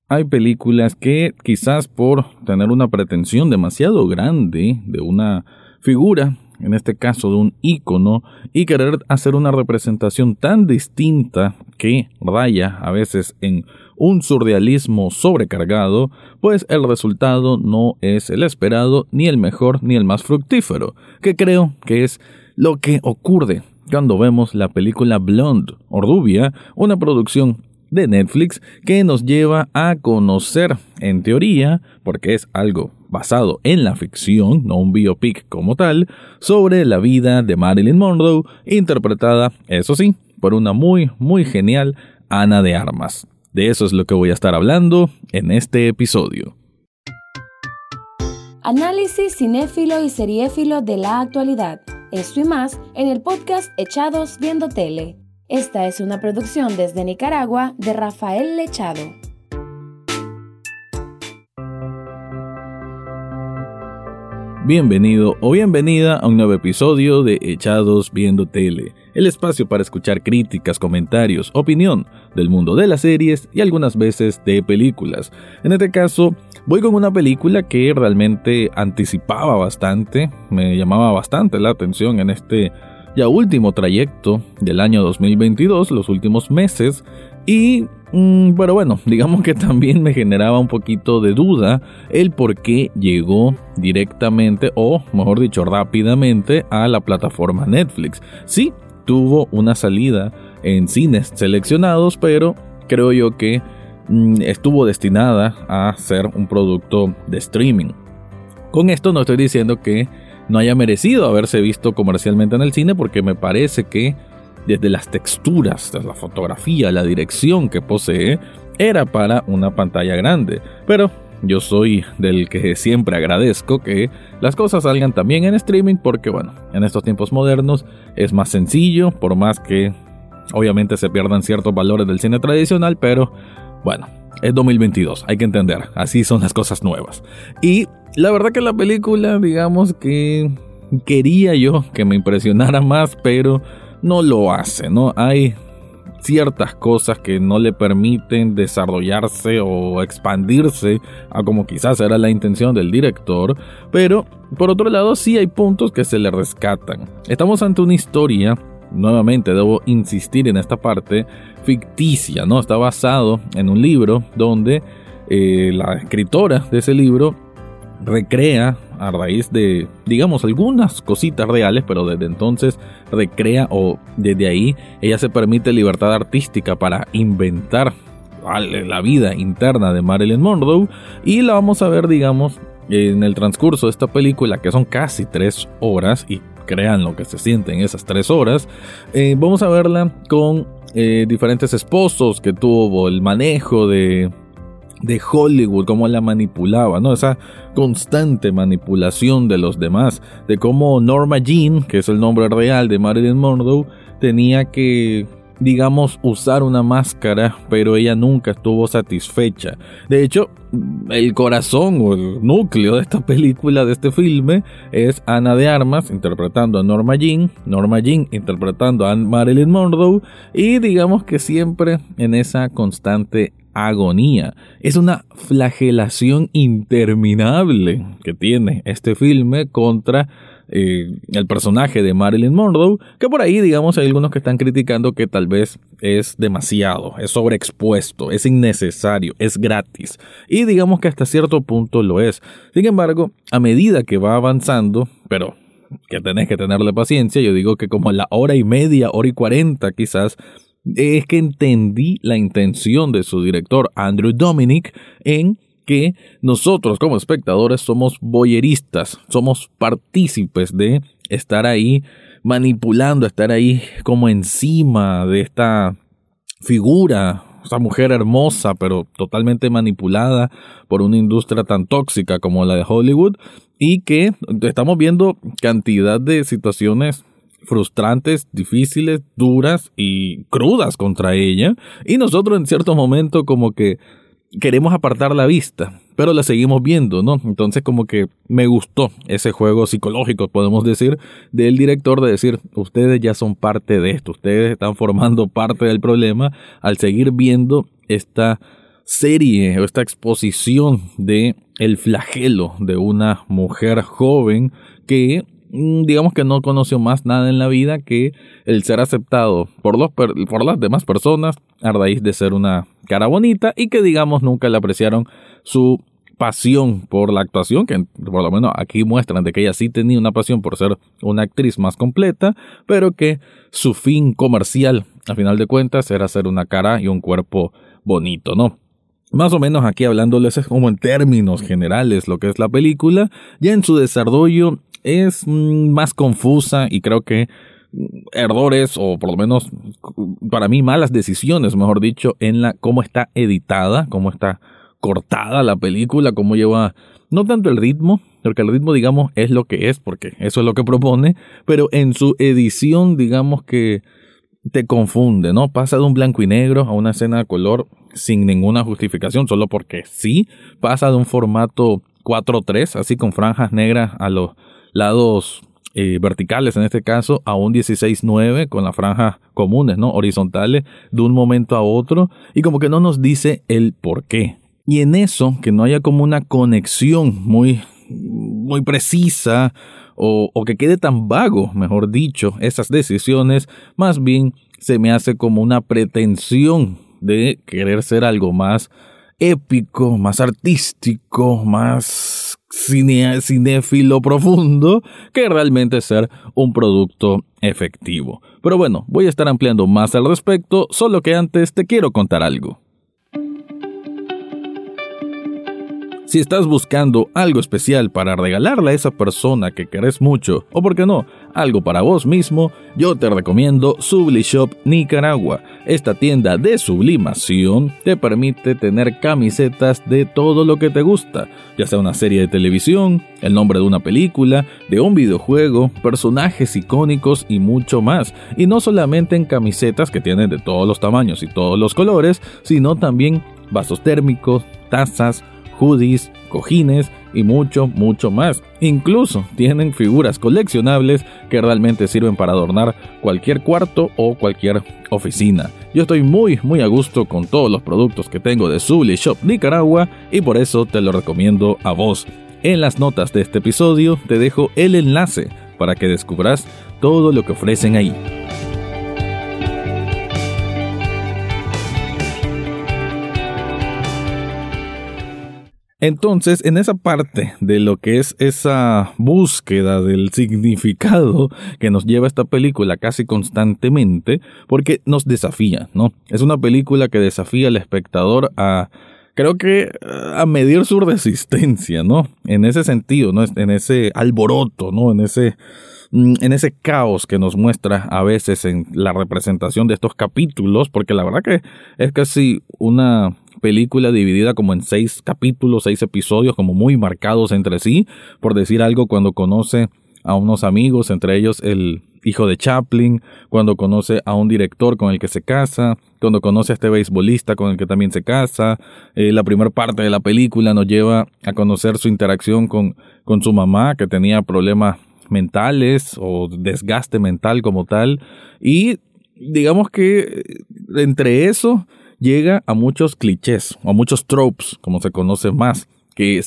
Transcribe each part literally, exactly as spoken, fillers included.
Hay películas que quizás por tener una pretensión demasiado grande de una figura, en este caso de un ícono, y querer hacer una representación tan distinta que raya a veces en un surrealismo sobrecargado, pues el resultado no es el esperado, ni el mejor, ni el más fructífero, que creo que es lo que ocurre cuando vemos la película Blonde o Rubia, una producción de Netflix que nos lleva a conocer, en teoría, porque es algo basado en la ficción, no un biopic como tal, sobre la vida de Marilyn Monroe, interpretada, eso sí, por una muy, muy genial Ana de Armas. De eso es lo que voy a estar hablando en este episodio. Análisis cinéfilo y seriéfilo de la actualidad. Esto y más en el podcast Echados Viendo Tele. Esta es una producción desde Nicaragua de Rafael Lechado. Bienvenido o bienvenida a un nuevo episodio de Echados Viendo Tele, el espacio para escuchar críticas, comentarios, opinión del mundo de las series y algunas veces de películas. En este caso, voy con una película que realmente anticipaba bastante, me llamaba bastante la atención en este ya último trayecto del año dos mil veintidós, los últimos meses, y mmm, pero bueno, digamos que también me generaba un poquito de duda el por qué llegó directamente, o mejor dicho, rápidamente a la plataforma Netflix. Sí, tuvo una salida en cines seleccionados, pero creo yo que mmm, estuvo destinada a ser un producto de streaming. Con esto no estoy diciendo que no haya merecido haberse visto comercialmente en el cine, porque me parece que desde las texturas, desde la fotografía, la dirección que posee, era para una pantalla grande. Pero yo soy del que siempre agradezco que las cosas salgan también en streaming, porque bueno, en estos tiempos modernos es más sencillo, por más que obviamente se pierdan ciertos valores del cine tradicional, pero bueno, es dos mil veintidós, hay que entender, así son las cosas nuevas. Y la verdad que la película, digamos que quería yo que me impresionara más, pero no lo hace, ¿no? Hay ciertas cosas que no le permiten desarrollarse o expandirse a como quizás era la intención del director, pero por otro lado sí hay puntos que se le rescatan. Estamos ante una historia, nuevamente debo insistir en esta parte, ficticia, ¿no? Está basado en un libro donde eh, la escritora de ese libro recrea a raíz de, digamos, algunas cositas reales, pero desde entonces recrea, o desde ahí ella se permite libertad artística para inventar la vida interna de Marilyn Monroe, y la vamos a ver, digamos, en el transcurso de esta película, que son casi tres horas, y crean lo que se siente en esas tres horas. Eh, vamos a verla con eh, diferentes esposos que tuvo, el manejo de de Hollywood, cómo la manipulaba, ¿no? Esa constante manipulación de los demás, de cómo Norma Jean, que es el nombre real de Marilyn Monroe, tenía que, digamos, usar una máscara, pero ella nunca estuvo satisfecha. De hecho, el corazón o el núcleo de esta película, de este filme, es Ana de Armas interpretando a Norma Jean, Norma Jean interpretando a Marilyn Monroe, y digamos que siempre en esa constante agonía. Es una flagelación interminable que tiene este filme contra eh, el personaje de Marilyn Monroe, que por ahí, digamos, hay algunos que están criticando que tal vez es demasiado, es sobreexpuesto, es innecesario, es gratis, y digamos que hasta cierto punto lo es. Sin embargo, a medida que va avanzando, pero que tenés que tenerle paciencia, yo digo que como a la hora y media, hora y cuarenta quizás, es que entendí la intención de su director Andrew Dominik en que nosotros como espectadores somos voyeristas, somos partícipes de estar ahí manipulando, estar ahí como encima de esta figura, esta mujer hermosa pero totalmente manipulada por una industria tan tóxica como la de Hollywood, y que estamos viendo cantidad de situaciones frustrantes, difíciles, duras y crudas contra ella, y nosotros en cierto momento como que queremos apartar la vista, pero la seguimos viendo, ¿no? Entonces como que me gustó ese juego psicológico, podemos decir, del director, de decir, ustedes ya son parte de esto, ustedes están formando parte del problema al seguir viendo esta serie o esta exposición de el flagelo de una mujer joven que digamos que no conoció más nada en la vida que el ser aceptado por, los, por las demás personas a raíz de ser una cara bonita y que digamos nunca le apreciaron su pasión por la actuación, que por lo menos aquí muestran de que ella sí tenía una pasión por ser una actriz más completa, pero que su fin comercial a final de cuentas era ser una cara y un cuerpo bonito, ¿no? Más o menos aquí hablándoles es como en términos generales lo que es la película. Ya en su desarrollo es mm, más confusa y creo que errores o por lo menos para mí malas decisiones, mejor dicho, en la cómo está editada, cómo está cortada la película, cómo lleva no tanto el ritmo, porque el ritmo digamos es lo que es, porque eso es lo que propone, pero en su edición digamos que te confunde, ¿no? Pasa de un blanco y negro a una escena de color sin ninguna justificación, solo porque sí. Pasa de un formato cuatro tres, así con franjas negras a los lados eh, verticales en este caso, a un dieciséis nueve con las franjas comunes, ¿no? Horizontales, de un momento a otro, y como que no nos dice el por qué. Y en eso, que no haya como una conexión muy, muy precisa, O, o que quede tan vago, mejor dicho, esas decisiones, más bien se me hace como una pretensión de querer ser algo más épico, más artístico, más cine, cinéfilo profundo, que realmente ser un producto efectivo. Pero bueno, voy a estar ampliando más al respecto, solo que antes te quiero contar algo. Si estás buscando algo especial para regalarle a esa persona que querés mucho, o por qué no, algo para vos mismo, yo te recomiendo Sublishop Nicaragua. Esta tienda de sublimación te permite tener camisetas de todo lo que te gusta, ya sea una serie de televisión, el nombre de una película, de un videojuego, personajes icónicos y mucho más. Y no solamente en camisetas que tienen de todos los tamaños y todos los colores, sino también vasos térmicos, tazas, hoodies, cojines y mucho, mucho más. Incluso tienen figuras coleccionables que realmente sirven para adornar cualquier cuarto o cualquier oficina. Yo estoy muy, muy a gusto con todos los productos que tengo de Sublishop Nicaragua y por eso te lo recomiendo a vos. En las notas de este episodio te dejo el enlace para que descubras todo lo que ofrecen ahí. Entonces, en esa parte de lo que es esa búsqueda del significado que nos lleva esta película casi constantemente, porque nos desafía, ¿no? Es una película que desafía al espectador a, creo que, a medir su resistencia, ¿no? En ese sentido, ¿no? En ese alboroto, ¿no? En ese... en ese caos que nos muestra a veces en la representación de estos capítulos, porque la verdad que es casi una película dividida como en seis capítulos, seis episodios como muy marcados entre sí, por decir algo, cuando conoce a unos amigos, entre ellos el hijo de Chaplin, cuando conoce a un director con el que se casa, cuando conoce a este beisbolista con el que también se casa. Eh, la primera parte de la película nos lleva a conocer su interacción con, con su mamá, que tenía problemas mentales o desgaste mental como tal, y digamos que entre eso llega a muchos clichés o a muchos tropes, como se conoce más, que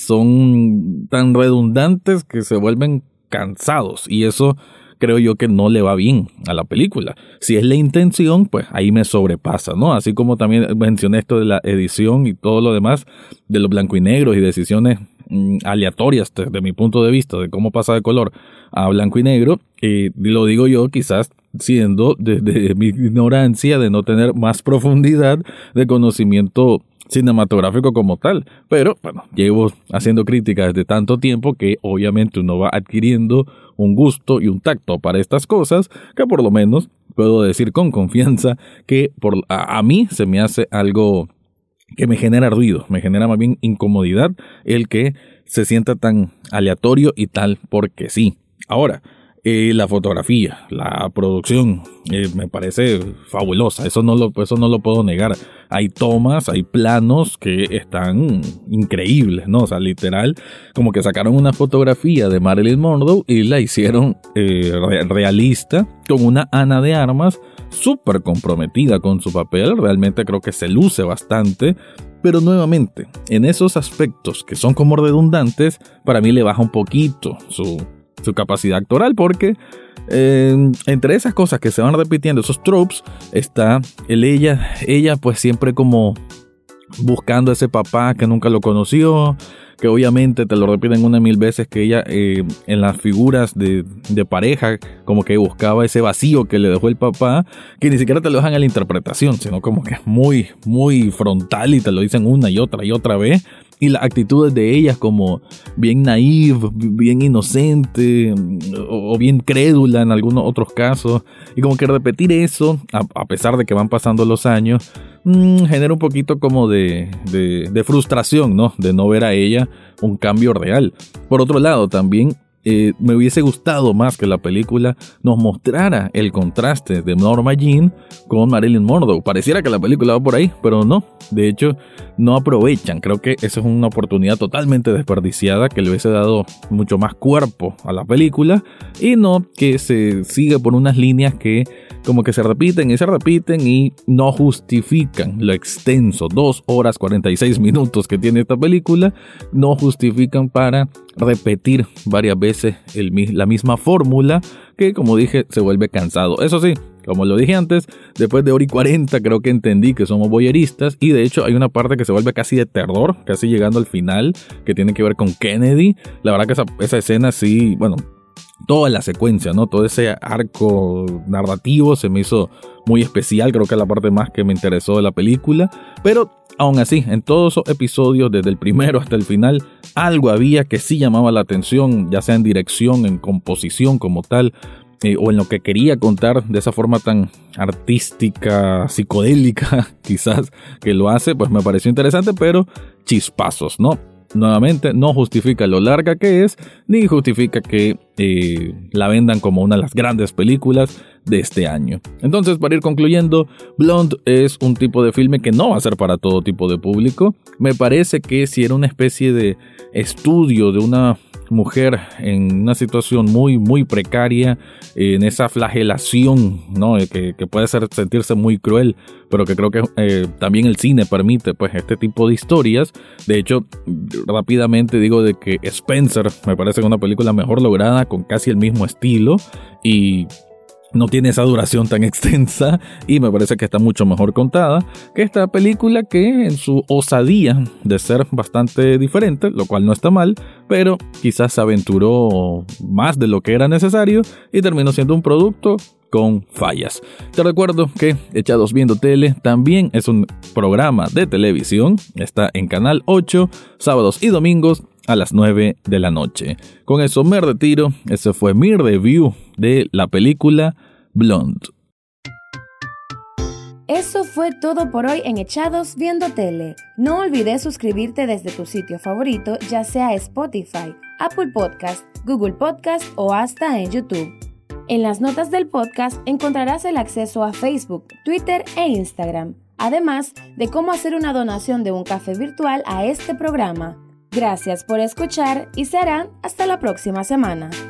son tan redundantes que se vuelven cansados, y eso creo yo que no le va bien a la película. Si es la intención, pues ahí me sobrepasa, ¿no? Así como también mencioné esto de la edición y todo lo demás, de los blanco y negros y decisiones mmm, aleatorias desde mi punto de vista, de cómo pasa de color a blanco y negro, y lo digo yo quizás siendo desde mi ignorancia de no tener más profundidad de conocimiento cinematográfico como tal, pero bueno, llevo haciendo críticas desde tanto tiempo que obviamente uno va adquiriendo un gusto y un tacto para estas cosas, que por lo menos puedo decir con confianza que por, a, a mí se me hace algo que me genera ruido, me genera más bien incomodidad el que se sienta tan aleatorio y tal porque sí. Ahora, Eh, la fotografía, la producción, eh, me parece fabulosa, eso no lo, eso no lo puedo negar. Hay tomas, hay planos que están increíbles, ¿no? O sea, literal, como que sacaron una fotografía de Marilyn Monroe y la hicieron eh, realista, con una Ana de Armas súper comprometida con su papel. Realmente creo que se luce bastante. Pero nuevamente, en esos aspectos que son como redundantes, para mí le baja un poquito su, su capacidad actoral, porque eh, entre esas cosas que se van repitiendo, esos tropes, está el ella, ella pues siempre como buscando a ese papá que nunca lo conoció, que obviamente te lo repiten una mil veces, que ella eh, en las figuras de, de pareja como que buscaba ese vacío que le dejó el papá, que ni siquiera te lo dejan a la interpretación, sino como que es muy, muy frontal y te lo dicen una y otra y otra vez. Y las actitudes de ellas como bien naive, bien inocente o, o bien crédula en algunos otros casos. Y como que repetir eso, a, a pesar de que van pasando los años, mmm, genera un poquito como de, de, de frustración, ¿no? De no ver a ella un cambio real. Por otro lado, también Eh, me hubiese gustado más que la película nos mostrara el contraste de Norma Jean con Marilyn Monroe. Pareciera que la película va por ahí, pero no. De hecho, no aprovechan. Creo que esa es una oportunidad totalmente desperdiciada, que le hubiese dado mucho más cuerpo a la película, y no que se sigue por unas líneas que como que se repiten y se repiten y no justifican lo extenso, dos horas cuarenta y seis minutos que tiene esta película, no justifican para repetir varias veces el, la misma fórmula que, como dije, se vuelve cansado. Eso sí, como lo dije antes, después de hora y cuarenta creo que entendí que somos voyeristas, y de hecho hay una parte que se vuelve casi de terror, casi llegando al final, que tiene que ver con Kennedy. La verdad que esa, esa escena sí, bueno, toda la secuencia, ¿no? Todo ese arco narrativo se me hizo muy especial, creo que es la parte más que me interesó de la película, pero aún así, en todos esos episodios, desde el primero hasta el final, algo había que sí llamaba la atención, ya sea en dirección, en composición como tal, eh, o en lo que quería contar de esa forma tan artística, psicodélica, quizás, que lo hace, pues me pareció interesante, pero chispazos, ¿no? Nuevamente, no justifica lo larga que es, ni justifica que eh, la vendan como una de las grandes películas de este año. Entonces, para ir concluyendo, Blonde es un tipo de filme que no va a ser para todo tipo de público. Me parece que si era una especie de estudio de una mujer en una situación muy muy precaria, en esa flagelación, ¿no? que, que puede ser, sentirse muy cruel, pero que creo que eh, también el cine permite pues este tipo de historias. De hecho, rápidamente digo de que Spencer me parece una película mejor lograda, con casi el mismo estilo, y no tiene esa duración tan extensa, y me parece que está mucho mejor contada que esta película, que en su osadía de ser bastante diferente, lo cual no está mal, pero quizás se aventuró más de lo que era necesario y terminó siendo un producto con fallas. Te recuerdo que Echados Viendo Tele también es un programa de televisión, está en Canal ocho, sábados y domingos a las nueve de la noche. Con eso me retiro. Ese fue mi review de la película Blonde. Eso fue todo por hoy en Echados Viendo Tele. No olvides suscribirte desde tu sitio favorito, ya sea Spotify, Apple Podcast, Google Podcast o hasta en YouTube. En las notas del podcast encontrarás el acceso a Facebook, Twitter e Instagram, además de cómo hacer una donación de un café virtual a este programa. Gracias por escuchar y será hasta la próxima semana.